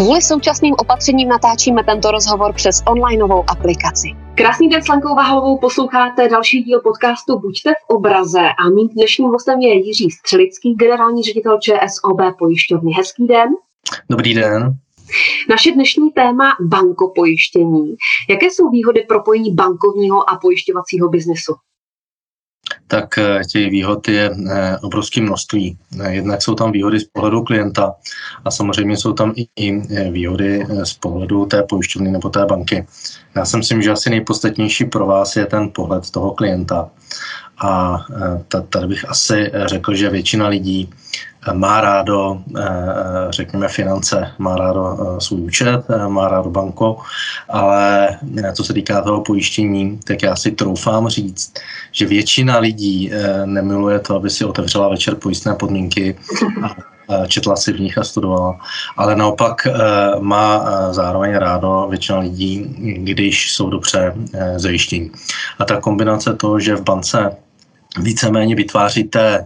Kvůli současným opatřením natáčíme tento rozhovor přes onlineovou aplikaci. Krásný den s Lenkou Váhalovou, posloucháte další díl podcastu Buďte v obraze a mým dnešním hostem je Jiří Střelický, generální ředitel ČSOB pojišťovny. Hezký den. Dobrý den. Naše dnešní téma bankopojištění. Jaké jsou výhody propojení bankovního a pojišťovacího biznesu? Tak těch výhod je obrovské množství. Jednak jsou tam výhody z pohledu klienta a samozřejmě jsou tam i výhody z pohledu té pojišťovny nebo té banky. Já si myslím, že asi nejpodstatnější pro vás je ten pohled toho klienta. A tady bych asi řekl, že většina lidí má rádo, řekněme, finance, má rádo svůj účet, má rádo banku, ale co se týká toho pojištění, tak já si troufám říct, že většina lidí nemiluje to, aby si otevřela večer pojistné podmínky a četla si v nich a studovala, ale naopak má zároveň rádo většina lidí, když jsou dobře zajištění. A ta kombinace toho, že v bance víceméně vytváříte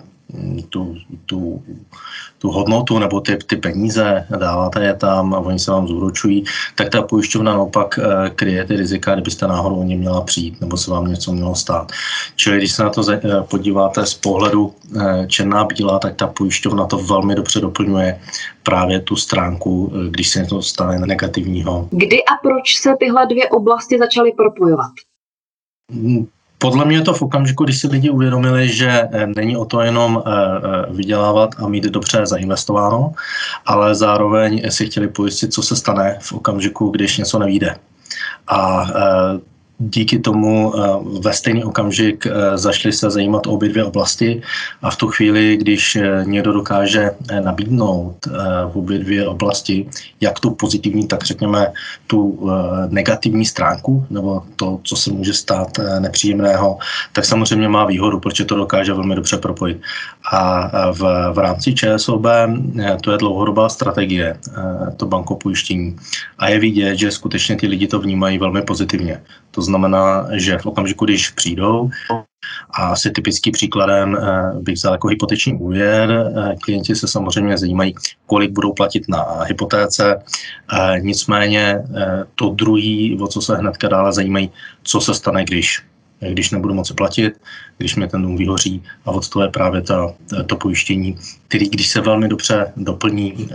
tu hodnotu nebo ty peníze, dáváte je tam a oni se vám zúročují, tak ta pojišťovna naopak kryje ty rizika, kdybyste náhodou o ně měla přijít nebo se vám něco mělo stát. Čili když se na to podíváte z pohledu černá bílá, tak ta pojišťovna to velmi dobře doplňuje právě tu stránku, když se něco stane negativního. Kdy a proč se tyhle dvě oblasti začaly propojovat? Podle mě je to v okamžiku, když si lidi uvědomili, že není o to jenom vydělávat a mít dobře zainvestováno, ale zároveň si chtěli pojistit, co se stane v okamžiku, když něco nevyjde. A díky tomu ve stejný okamžik zašli se zajímat o obě dvě oblasti a v tu chvíli, když někdo dokáže nabídnout v obě dvě oblasti, jak tu pozitivní, tak řekněme tu negativní stránku, nebo to, co se může stát nepříjemného, tak samozřejmě má výhodu, protože to dokáže velmi dobře propojit. A v rámci ČSOB to je dlouhodobá strategie, to bankopojištění. A je vidět, že skutečně ty lidi to vnímají velmi pozitivně. To znamená, že v okamžiku, když přijdou, a asi typickým příkladem bych vzal jako hypoteční úvěr, klienti se samozřejmě zajímají, kolik budou platit na hypotéce, nicméně to druhý, o co se hnedka dále zajímají, co se stane, když nebudu moci platit, když mi ten dům vyhoří, a od toho je právě to pojištění, který když se velmi dobře doplní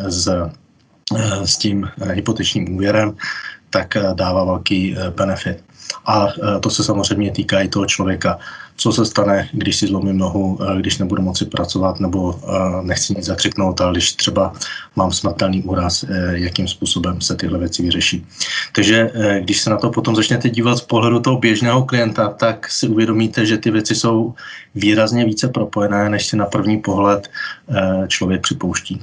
s tím hypotečním úvěrem, tak dává velký benefit. A to se samozřejmě týká i toho člověka. Co se stane, když si zlomím nohu, když nebudu moci pracovat nebo nechci nic zakřiknout, ale když třeba mám smrtelný úraz, jakým způsobem se tyhle věci vyřeší. Takže když se na to potom začnete dívat z pohledu toho běžného klienta, tak si uvědomíte, že ty věci jsou výrazně více propojené, než si na první pohled člověk připouští.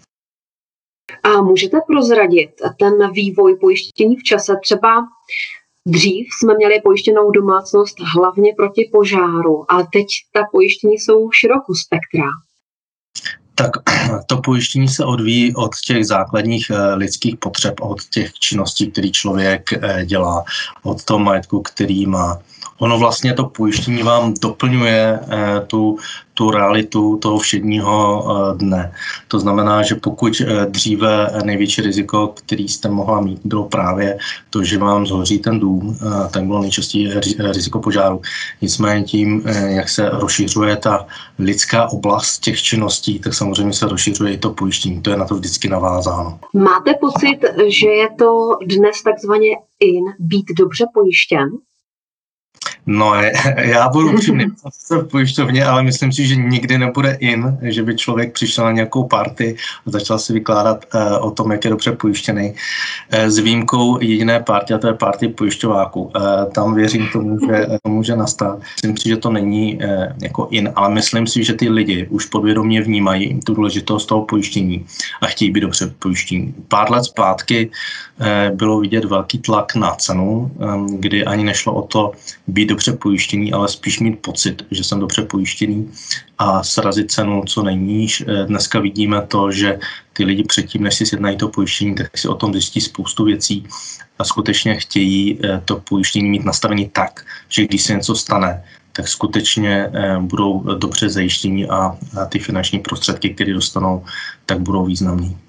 A můžete prozradit ten vývoj pojištění v čase? Třeba dřív jsme měli pojištěnou domácnost hlavně proti požáru, ale teď ta pojištění jsou širokospektrá. Tak to pojištění se odvíjí od těch základních lidských potřeb, od těch činností, které člověk dělá, od toho majetku, který má. Ono vlastně to pojištění vám doplňuje tu realitu toho všedního dne. To znamená, že pokud dříve největší riziko, který jste mohla mít, bylo právě to, že vám zhoří ten dům, tak bylo nejčastěji riziko požáru. Nicméně tím, jak se rozšiřuje ta lidská oblast těch činností, tak samozřejmě se rozšiřuje i to pojištění. To je na to vždycky navázáno. Máte pocit, že je to dnes takzvaně in být dobře pojištěn? No, já budu upřímný v pojišťovně, ale myslím si, že nikdy nebude in, že by člověk přišel na nějakou party a začal si vykládat o tom, jak je dobře pojištěný. S výjimkou jediné party, a to je party pojišťováků. Tam věřím tomu, že to může nastat. Myslím si, že to není jako in, ale myslím si, že ty lidi už podvědomě vnímají tu důležitost toho pojištění a chtějí být dobře pojištění. Pár let zpátky bylo vidět velký tlak na cenu, kdy ani nešlo o to být dobře pojištění, ale spíš mít pocit, že jsem dobře pojištěný a srazit cenu co nejníž. Dneska vidíme to, že ty lidi předtím, než si sjednají to pojištění, tak si o tom zjistí spoustu věcí a skutečně chtějí to pojištění mít nastavený tak, že když se něco stane, tak skutečně budou dobře zajištění a ty finanční prostředky, které dostanou, tak budou významný.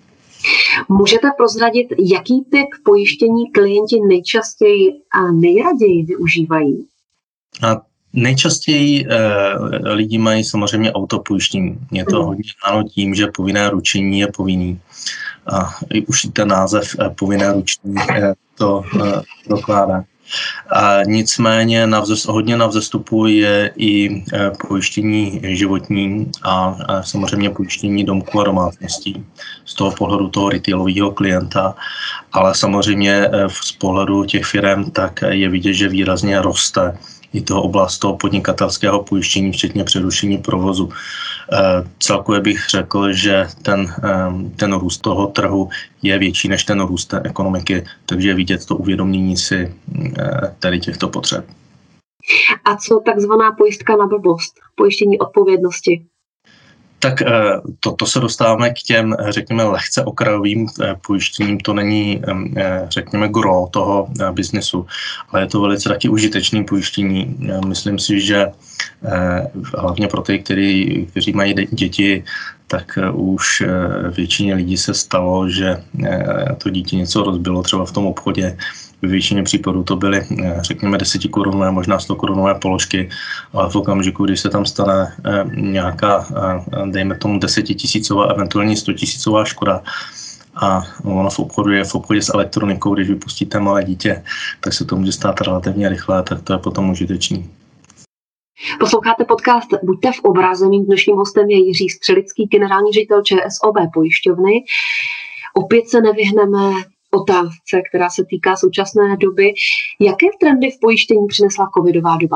Můžete prozradit, jaký typ pojištění klienti nejčastěji a nejraději využívají? Nejčastěji lidi mají samozřejmě autopojištění. Je to hodně dáno tím, že povinné ručení je povinný. A už ten název povinné ručení to dokládá. A nicméně hodně na vzestupu je i pojištění životní a samozřejmě pojištění domků a domácností z toho pohledu toho retailového klienta, ale samozřejmě z pohledu těch firem tak je vidět, že výrazně roste i toho oblast toho podnikatelského pojištění, včetně přerušení provozu. Celkově bych řekl, že ten růst toho trhu je větší než ten růst té ekonomiky, takže je vidět to uvědomění si tady těchto potřeb. A co takzvaná pojistka na blbost, pojištění odpovědnosti? Tak to se dostáváme k těm, řekněme, lehce okrajovým pojištěním. To není, řekněme, gro toho biznesu, ale je to velice taky užitečný pojištění. Myslím si, že hlavně pro ty, kteří mají děti, tak už většině lidí se stalo, že to dítě něco rozbilo třeba v tom obchodě. Ve většině případů to byly, řekněme, 10korunové, možná 100korunové položky, ale v okamžiku, když se tam stane nějaká, dejme tomu 10 000, eventuálně 100 000 škoda, a ono je v obchodě s elektronikou, když vypustíte malé dítě, tak se to může stát relativně rychle, tak to je potom užitečný. Posloucháte podcast Buďte v obraze. Mým dnešním hostem je Jiří Střelický, generální ředitel ČSOB pojišťovny. Opět se nevyhneme otázce, která se týká současné doby. Jaké trendy v pojištění přinesla covidová doba?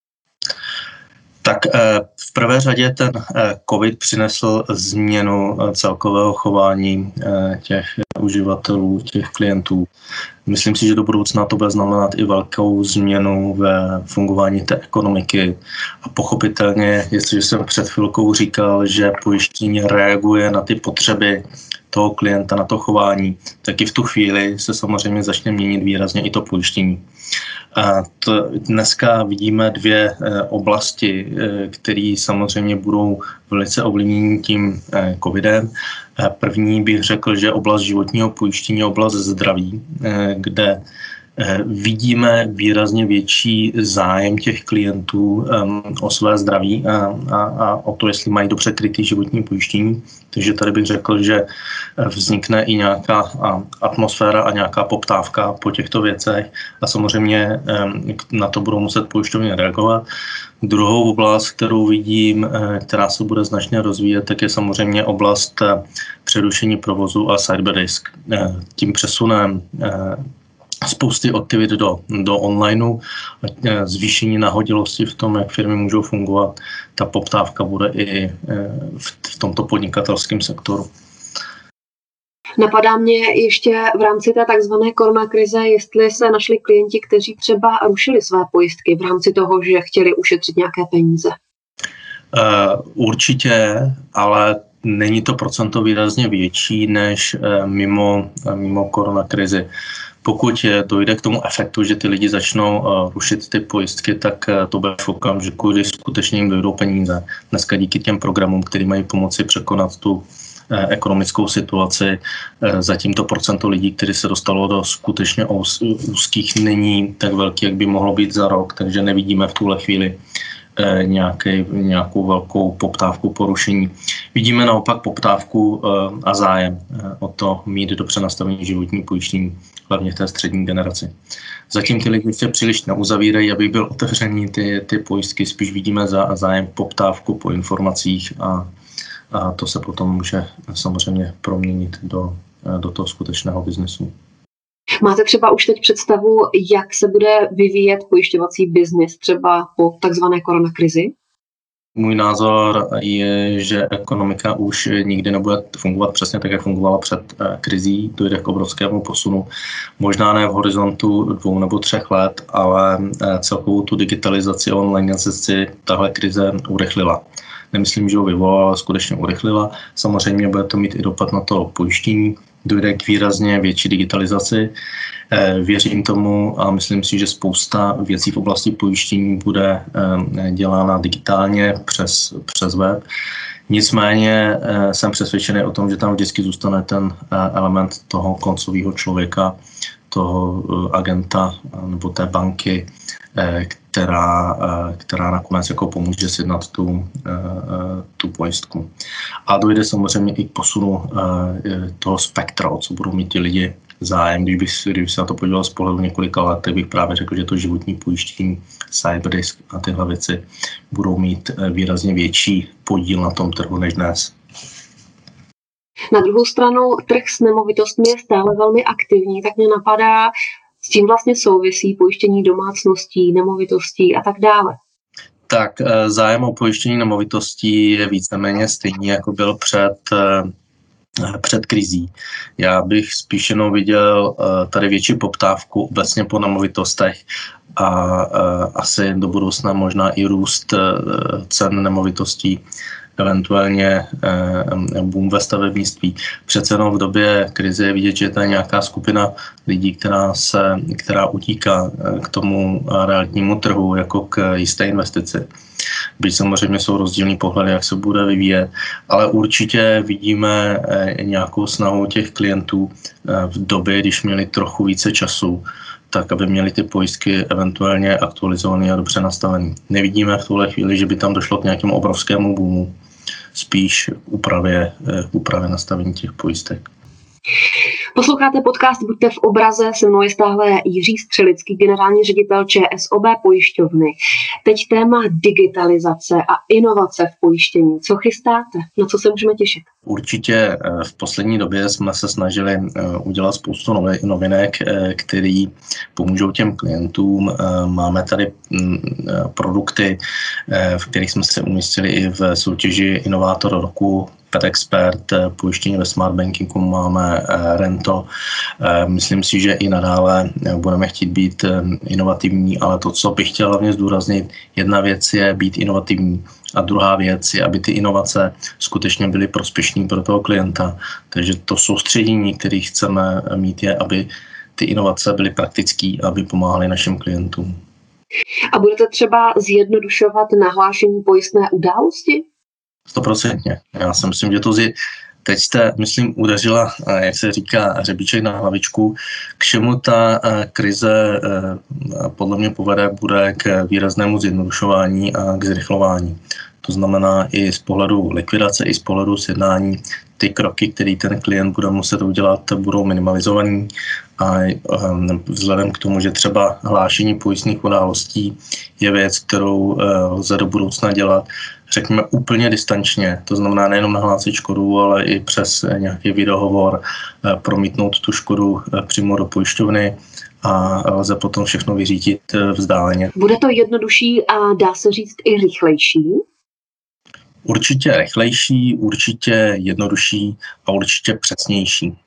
Tak v prvé řadě ten covid přinesl změnu celkového chování těch uživatelů, těch klientů. Myslím si, že do budoucna to bude znamenat i velkou změnu ve fungování té ekonomiky. A pochopitelně, jestliže jsem před chvilkou říkal, že pojištění reaguje na ty potřeby toho klienta, na to chování, tak i v tu chvíli se samozřejmě začne měnit výrazně i to pojištění. A dneska vidíme dvě oblasti, které samozřejmě budou velice ovlivněny tím covidem. První bych řekl, že oblast životního pojištění je oblast zdraví, kde vidíme výrazně větší zájem těch klientů o své zdraví a o to, jestli mají dobře krytý životní pojištění. Takže tady bych řekl, že vznikne i nějaká atmosféra a nějaká poptávka po těchto věcech a samozřejmě na to budou muset pojišťovny reagovat. Druhou oblast, kterou vidím, která se bude značně rozvíjet, tak je samozřejmě oblast přerušení provozu a cyber risk. Tím přesunem spousty aktivit do onlineu, zvýšení nahodilosti v tom, jak firmy můžou fungovat. Ta poptávka bude i v tomto podnikatelském sektoru. Napadá mě ještě v rámci té takzvané koronakrize, jestli se našli klienti, kteří třeba rušili své pojistky v rámci toho, že chtěli ušetřit nějaké peníze. Určitě, ale není to procento výrazně větší než mimo koronakrizi. Pokud dojde k tomu efektu, že ty lidi začnou rušit ty pojistky, tak to bude v okamžiku, kdy skutečně jim dojdou peníze. Dneska díky těm programům, který mají pomoci překonat tu ekonomickou situaci, zatím to procento lidí, kteří se dostalo do skutečně úzkých, není tak velký, jak by mohlo být za rok, takže nevidíme v tuhle chvíli nějakou velkou poptávku porušení. Vidíme naopak poptávku a zájem o to mít dobře nastavený životní pojištění, hlavně v té střední generaci. Zatím ty lidi se příliš neuzavírají, aby byl otevřený ty pojistky, spíš vidíme zájem poptávku po informacích a to se potom může samozřejmě proměnit do toho skutečného biznesu. Máte třeba už teď představu, jak se bude vyvíjet pojišťovací biznis třeba po takzvané koronakrizi? Můj názor je, že ekonomika už nikdy nebude fungovat přesně tak, jak fungovala před krizí. Dojde k obrovskému posunu. Možná ne v horizontu 2 nebo 3 let, ale celkovou tu digitalizaci a onlineizaci tahle krize urychlila. Nemyslím, že ho vyvolala, ale skutečně urychlila. Samozřejmě bude to mít i dopad na to pojištění. dojde k výrazně větší digitalizaci. Věřím tomu a myslím si, že spousta věcí v oblasti pojištění bude dělána digitálně přes web. Nicméně jsem přesvědčený o tom, že tam vždycky zůstane ten element toho koncového člověka, toho agenta nebo té banky, která nakonec jako pomůže sjednat tu pojistku. A dojde samozřejmě i k posunu toho spektra, o co budou mít ti lidi zájem. Když se na to podíval z pohledu několika let, tak bych právě řekl, že to životní pojištění, cyberrisk a tyhle věci budou mít výrazně větší podíl na tom trhu než dnes. Na druhou stranu trh s nemovitostmi je stále velmi aktivní, tak mě napadá, s tím vlastně souvisí pojištění domácností, nemovitostí a tak dále. Tak zájem o pojištění nemovitostí je víceméně stejný, jako byl před krizí. Já bych spíš jenom viděl tady větší poptávku obecně po nemovitostech a asi do budoucna možná i růst cen nemovitostí, eventuálně boom ve stavebnictví. Přece jenom v době krize je vidět, že to je nějaká skupina lidí, která utíká k tomu realitnímu trhu jako k jisté investici. Byť samozřejmě jsou rozdílný pohledy, jak se bude vyvíjet, ale určitě vidíme nějakou snahu těch klientů v době, když měli trochu více času, tak aby měli ty pojistky eventuálně aktualizované a dobře nastavené. Nevidíme v tuhle chvíli, že by tam došlo k nějakému obrovskému boomu, spíš k úpravě nastavení těch pojistek. Posloucháte podcast Buďte v obraze, se mnou je stále Jiří Střelický, generální ředitel ČSOB pojišťovny. Teď téma digitalizace a inovace v pojištění. Co chystáte? Na co se můžeme těšit? Určitě v poslední době jsme se snažili udělat spoustu novinek, které pomůžou těm klientům. Máme tady produkty, v kterých jsme se umístili i v soutěži Inovátor roku, PetExpert, pojištění ve Smart Bankingu máme Rento. Myslím si, že i nadále budeme chtít být inovativní, ale to, co bych chtěl hlavně zdůraznit, jedna věc je být inovativní a druhá věc je, aby ty inovace skutečně byly prospěšné pro toho klienta. Takže to soustředění, které chceme mít, je, aby ty inovace byly praktické, aby pomáhaly našim klientům. A budete třeba zjednodušovat nahlášení pojistné události? 100%. Já si myslím, že to teď jste, myslím, udeřila, jak se říká, hřebíček na hlavičku. K čemu ta krize podle mě povede, bude k výraznému zjednodušování a k zrychlování. To znamená i z pohledu likvidace, i z pohledu sjednání ty kroky, které ten klient bude muset udělat, budou minimalizovaný a vzhledem k tomu, že třeba hlášení pojistných událostí je věc, kterou lze do budoucna dělat, řekněme úplně distančně, to znamená nejenom nahlásit škodu, ale i přes nějaký videohovor promítnout tu škodu přímo do pojišťovny a lze potom všechno vyřídit vzdáleně. Bude to jednodušší a dá se říct i rychlejší? Určitě rychlejší, určitě jednodušší a určitě přesnější.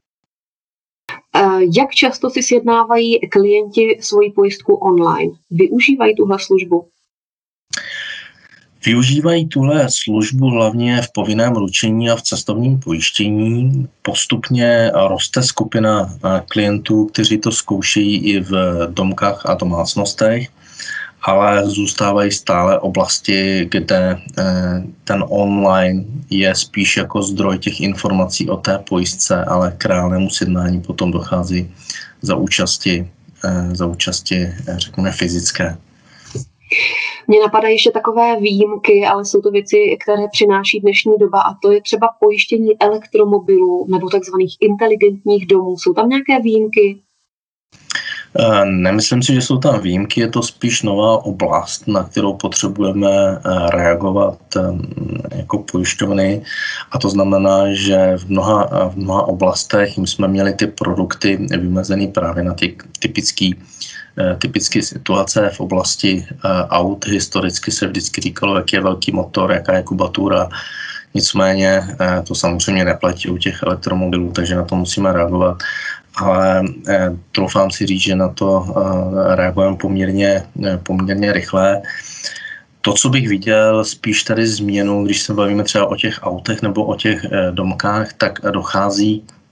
Jak často si sjednávají klienti svoji pojistku online? Využívají tuhle službu? Využívají tuhle službu hlavně v povinném ručení a v cestovním pojištění. Postupně roste skupina klientů, kteří to zkoušejí i v domkách a domácnostech, ale zůstávají stále oblasti, kde ten online je spíš jako zdroj těch informací o té pojistce, ale k reálnému sjednání potom dochází za účasti řekněme, fyzické. Mně napadají ještě takové výjimky, ale jsou to věci, které přináší dnešní doba, a to je třeba pojištění elektromobilů nebo takzvaných inteligentních domů. Jsou tam nějaké výjimky? Nemyslím si, že jsou tam výjimky, je to spíš nová oblast, na kterou potřebujeme reagovat jako pojišťovny, a to znamená, že v mnoha oblastech jsme měli ty produkty vymezený právě na ty typické situace v oblasti aut. Historicky se vždycky říkalo, jaký je velký motor, jaká je kubatura. Nicméně to samozřejmě neplatí u těch elektromobilů, takže na to musíme reagovat. Ale troufám si říct, že na to reagujeme poměrně rychle. To, co bych viděl, spíš tady změnu, když se bavíme třeba o těch autech nebo o těch domkách, tak dochází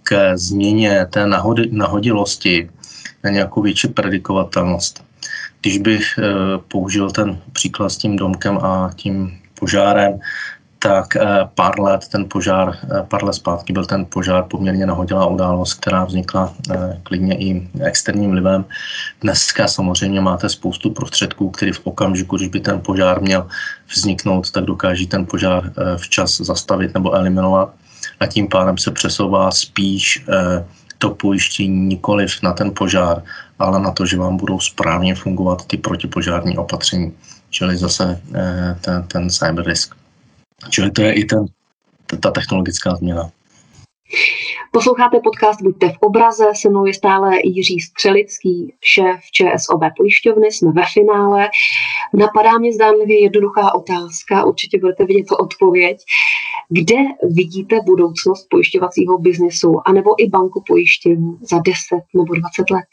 k změně té nahodilosti na nějakou větší predikovatelnost. Když bych použil ten příklad s tím domkem a tím požárem, tak pár let zpátky byl ten požár poměrně nahodilá událost, která vznikla klidně i externím vlivem. Dneska samozřejmě máte spoustu prostředků, které v okamžiku, když by ten požár měl vzniknout, tak dokáží ten požár včas zastavit nebo eliminovat. A tím pádem se přesouvá spíš to pojištění nikoliv na ten požár, ale na to, že vám budou správně fungovat ty protipožární opatření, čili zase ten cyber risk. Čili to je i ta technologická změna. Posloucháte podcast Buďte v obraze, se mnou je stále Jiří Střelický, šéf ČSOB pojišťovny, jsme ve finále. Napadá mě zdánlivě jednoduchá otázka, určitě budete vidět odpověď. Kde vidíte budoucnost pojišťovacího biznesu anebo i banku pojištění za 10 nebo 20 let?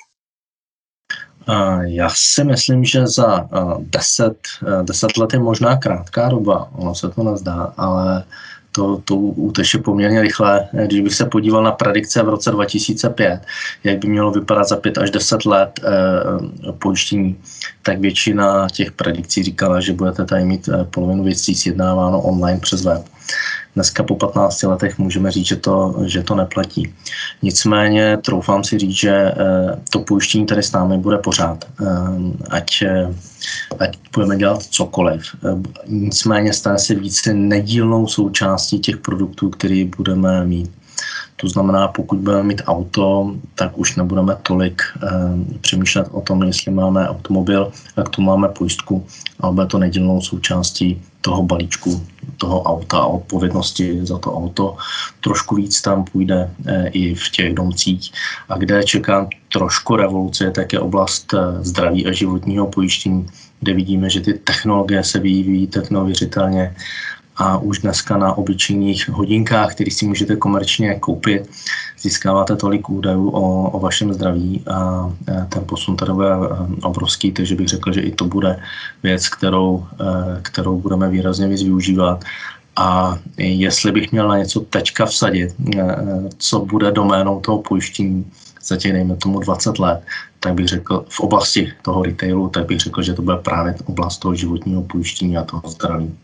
Já si myslím, že za 10 let je možná krátká doba, ono se to nezdá, ale to uteče poměrně rychle. Když bych se podíval na predikce v roce 2005, jak by mělo vypadat za 5 až 10 let pojištění, tak většina těch predikcí říkala, že budete tady mít polovinu věcí sjednáváno online přes web. Dneska po 15 letech můžeme říct, že to neplatí. Nicméně troufám si říct, že to pojištění tady s námi bude pořád. Ať budeme dělat cokoliv. Nicméně stane se více nedílnou součástí těch produktů, které budeme mít. To znamená, pokud budeme mít auto, tak už nebudeme tolik přemýšlet o tom, jestli máme automobil, jak tu máme pojistku, ale bude to nedílnou součástí toho balíčku, toho auta a odpovědnosti za to auto. Trošku víc tam půjde i v těch domcích. A kde čekám trošku revoluce, tak je oblast zdraví a životního pojištění, kde vidíme, že ty technologie se vyvíjí tak neuvěřitelně. A už dneska na obyčejných hodinkách, které si můžete komerčně koupit, získáváte tolik údajů o vašem zdraví a ten posun tady bude obrovský, takže bych řekl, že i to bude věc, kterou budeme výrazně víc využívat. A jestli bych měl na něco teďka vsadit, co bude doménou toho pojištění za těch, dejme tomu 20 let, tak bych řekl v oblasti toho retailu, tak bych řekl, že to bude právě oblast toho životního pojištění a toho zdraví.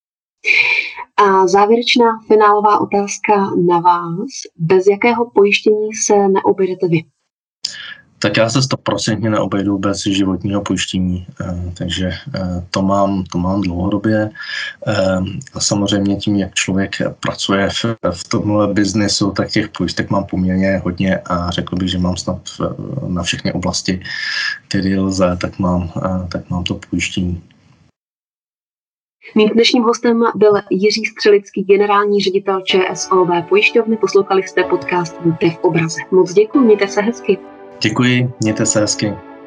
A závěrečná finálová otázka na vás. Bez jakého pojištění se neobejdete vy? Tak já se 100% neobejdu bez životního pojištění, takže to mám dlouhodobě. A samozřejmě tím, jak člověk pracuje v tomhle biznesu, tak těch pojistek mám poměrně hodně a řekl bych, že mám snad na všechny oblasti, které lze, tak mám to pojištění. Mým dnešním hostem byl Jiří Střelický, generální ředitel ČSOB pojišťovny. Poslouchali jste podcast Buďte v obraze. Moc děkuji, mějte se hezky. Děkuji, mějte se hezky.